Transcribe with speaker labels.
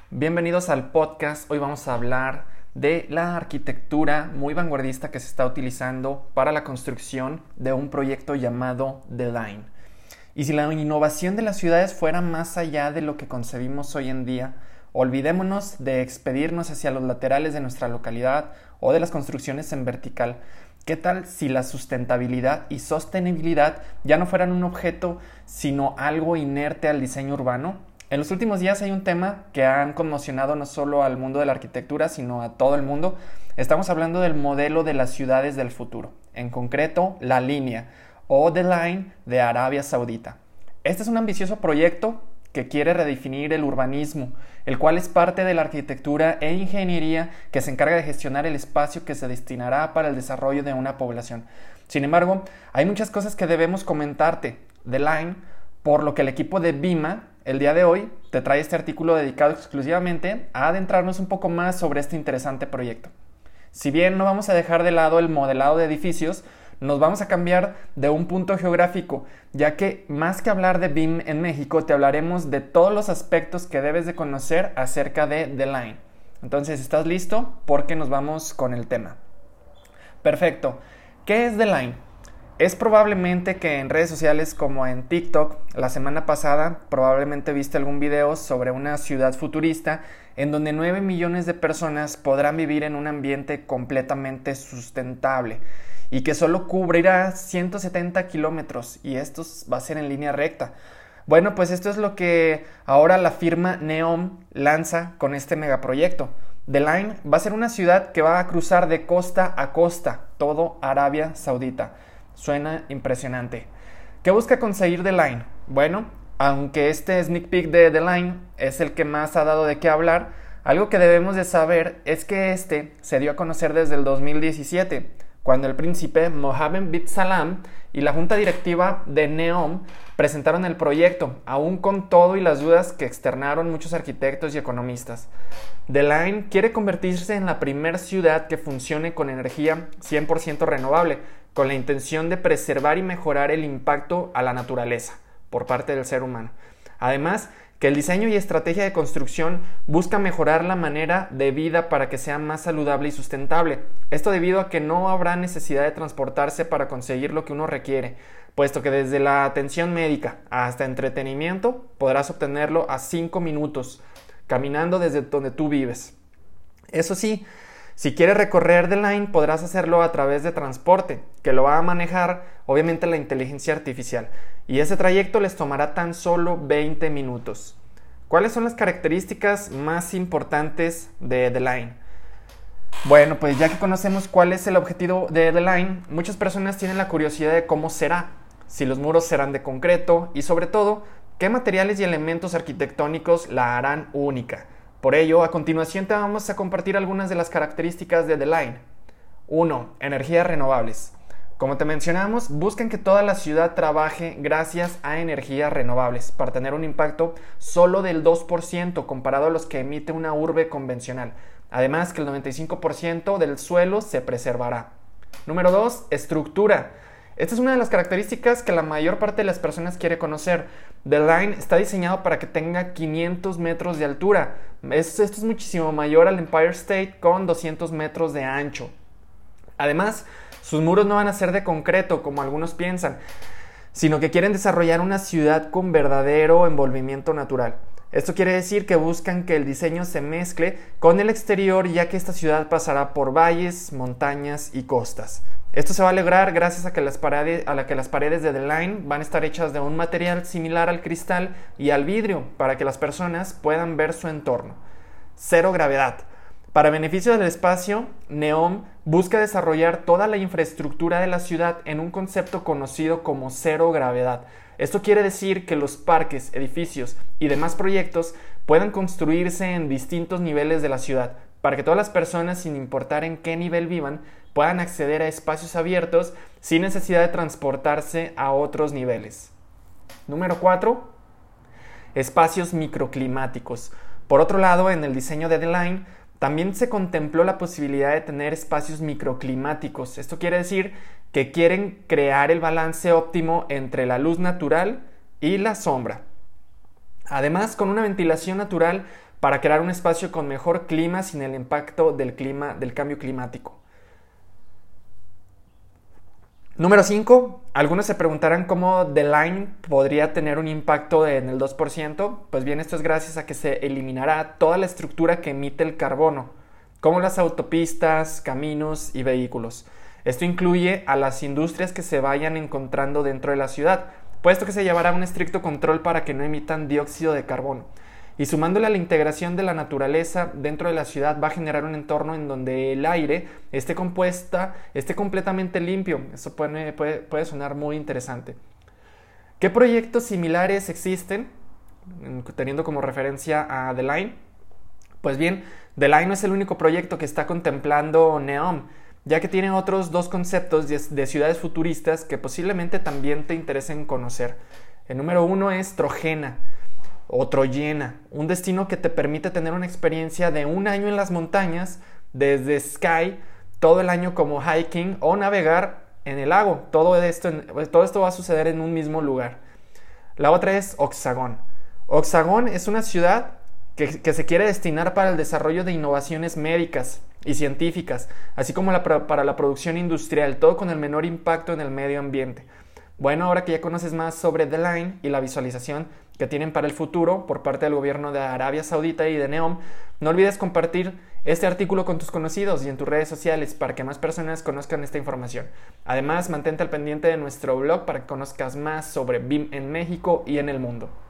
Speaker 1: Bienvenidos al podcast. Hoy vamos a hablar de la arquitectura muy vanguardista que se está utilizando para la construcción de un proyecto llamado The Line. Y si la innovación de las ciudades fuera más allá de lo que concebimos hoy en día, olvidémonos de expedirnos hacia los laterales de nuestra localidad o de las construcciones en vertical. ¿Qué tal si la sustentabilidad y sostenibilidad ya no fueran un objeto, sino algo inerte al diseño urbano? En los últimos días hay un tema que han conmocionado no solo al mundo de la arquitectura, sino a todo el mundo. Estamos hablando del modelo de las ciudades del futuro, en concreto la línea o The Line de Arabia Saudita. Este es un ambicioso proyecto que quiere redefinir el urbanismo, el cual es parte de la arquitectura e ingeniería que se encarga de gestionar el espacio que se destinará para el desarrollo de una población. Sin embargo, hay muchas cosas que debemos comentarte. The Line, por lo que el equipo de BIMA el día de hoy te trae este artículo dedicado exclusivamente a adentrarnos un poco más sobre este interesante proyecto. Si bien no vamos a dejar de lado el modelado de edificios, nos vamos a cambiar de un punto geográfico, ya que más que hablar de BIM en México, te hablaremos de todos los aspectos que debes de conocer acerca de The Line. Entonces, ¿estás listo? Porque nos vamos con el tema. Perfecto. ¿Qué es The Line? Es probablemente que en redes sociales como en TikTok, la semana pasada probablemente viste algún video sobre una ciudad futurista en donde 9 millones de personas podrán vivir en un ambiente completamente sustentable y que solo cubrirá 170 kilómetros y esto va a ser en línea recta. Bueno, pues esto es lo que ahora la firma NEOM lanza con este megaproyecto. The Line va a ser una ciudad que va a cruzar de costa a costa todo Arabia Saudita. Suena impresionante. ¿Qué busca conseguir The Line? Bueno, aunque este sneak peek de The Line es el que más ha dado de qué hablar, algo que debemos de saber es que este se dio a conocer desde el 2017, cuando el príncipe Mohammed bin Salman y la junta directiva de NEOM presentaron el proyecto, aún con todo y las dudas que externaron muchos arquitectos y economistas. The Line quiere convertirse en la primera ciudad que funcione con energía 100% renovable, con la intención de preservar y mejorar el impacto a la naturaleza por parte del ser humano. Además, que el diseño y estrategia de construcción busca mejorar la manera de vida para que sea más saludable y sustentable. Esto debido a que no habrá necesidad de transportarse para conseguir lo que uno requiere, puesto que desde la atención médica hasta entretenimiento podrás obtenerlo a 5 minutos, caminando desde donde tú vives. Eso sí, si quieres recorrer The Line podrás hacerlo a través de transporte, que lo va a manejar obviamente la inteligencia artificial, y ese trayecto les tomará tan solo 20 minutos. ¿Cuáles son las características más importantes de The Line? Bueno, pues ya que conocemos cuál es el objetivo de The Line, muchas personas tienen la curiosidad de cómo será, si los muros serán de concreto y sobre todo, qué materiales y elementos arquitectónicos la harán única. Por ello, a continuación te vamos a compartir algunas de las características de The Line. 1. Energías renovables. Como te mencionamos, buscan que toda la ciudad trabaje gracias a energías renovables para tener un impacto solo del 2% comparado a los que emite una urbe convencional. Además que el 95% del suelo se preservará. Número 2. Estructura. Esta es una de las características que la mayor parte de las personas quiere conocer. The Line está diseñado para que tenga 500 metros de altura. Esto es muchísimo mayor al Empire State con 200 metros de ancho. Además, sus muros no van a ser de concreto como algunos piensan, sino que quieren desarrollar una ciudad con verdadero envolvimiento natural. Esto quiere decir que buscan que el diseño se mezcle con el exterior, ya que esta ciudad pasará por valles, montañas y costas. Esto se va a lograr gracias a que las paredes de The Line van a estar hechas de un material similar al cristal y al vidrio para que las personas puedan ver su entorno. Cero gravedad. Para beneficio del espacio, NEOM busca desarrollar toda la infraestructura de la ciudad en un concepto conocido como cero gravedad. Esto quiere decir que los parques, edificios y demás proyectos puedan construirse en distintos niveles de la ciudad, para que todas las personas, sin importar en qué nivel vivan, puedan acceder a espacios abiertos sin necesidad de transportarse a otros niveles. Número 4. Espacios microclimáticos. Por otro lado, en el diseño de The Line también se contempló la posibilidad de tener espacios microclimáticos. Esto quiere decir que quieren crear el balance óptimo entre la luz natural y la sombra. Además, con una ventilación natural para crear un espacio con mejor clima sin el impacto del cambio climático. Número 5. Algunos se preguntarán cómo The Line podría tener un impacto en el 2%. Pues bien, esto es gracias a que se eliminará toda la estructura que emite el carbono, como las autopistas, caminos y vehículos. Esto incluye a las industrias que se vayan encontrando dentro de la ciudad, puesto que se llevará un estricto control para que no emitan dióxido de carbono. Y sumándole a la integración de la naturaleza dentro de la ciudad, va a generar un entorno en donde el aire esté completamente limpio. Eso puede sonar muy interesante. ¿Qué proyectos similares existen, teniendo como referencia a The Line? Pues bien, The Line no es el único proyecto que está contemplando NEOM, ya que tiene otros 2 conceptos de ciudades futuristas que posiblemente también te interesen conocer. El número 1 es Trojena, o Troyena, un destino que te permite tener una experiencia de 1 año en las montañas, desde Sky, todo el año como hiking o navegar en el lago. Todo esto va a suceder en un mismo lugar. La otra es Oxagón. Oxagón es una ciudad que se quiere destinar para el desarrollo de innovaciones médicas y científicas, así como para la producción industrial, todo con el menor impacto en el medio ambiente. Bueno, ahora que ya conoces más sobre The Line y la visualización que tienen para el futuro por parte del gobierno de Arabia Saudita y de NEOM, no olvides compartir este artículo con tus conocidos y en tus redes sociales para que más personas conozcan esta información. Además, mantente al pendiente de nuestro blog para que conozcas más sobre BIM en México y en el mundo.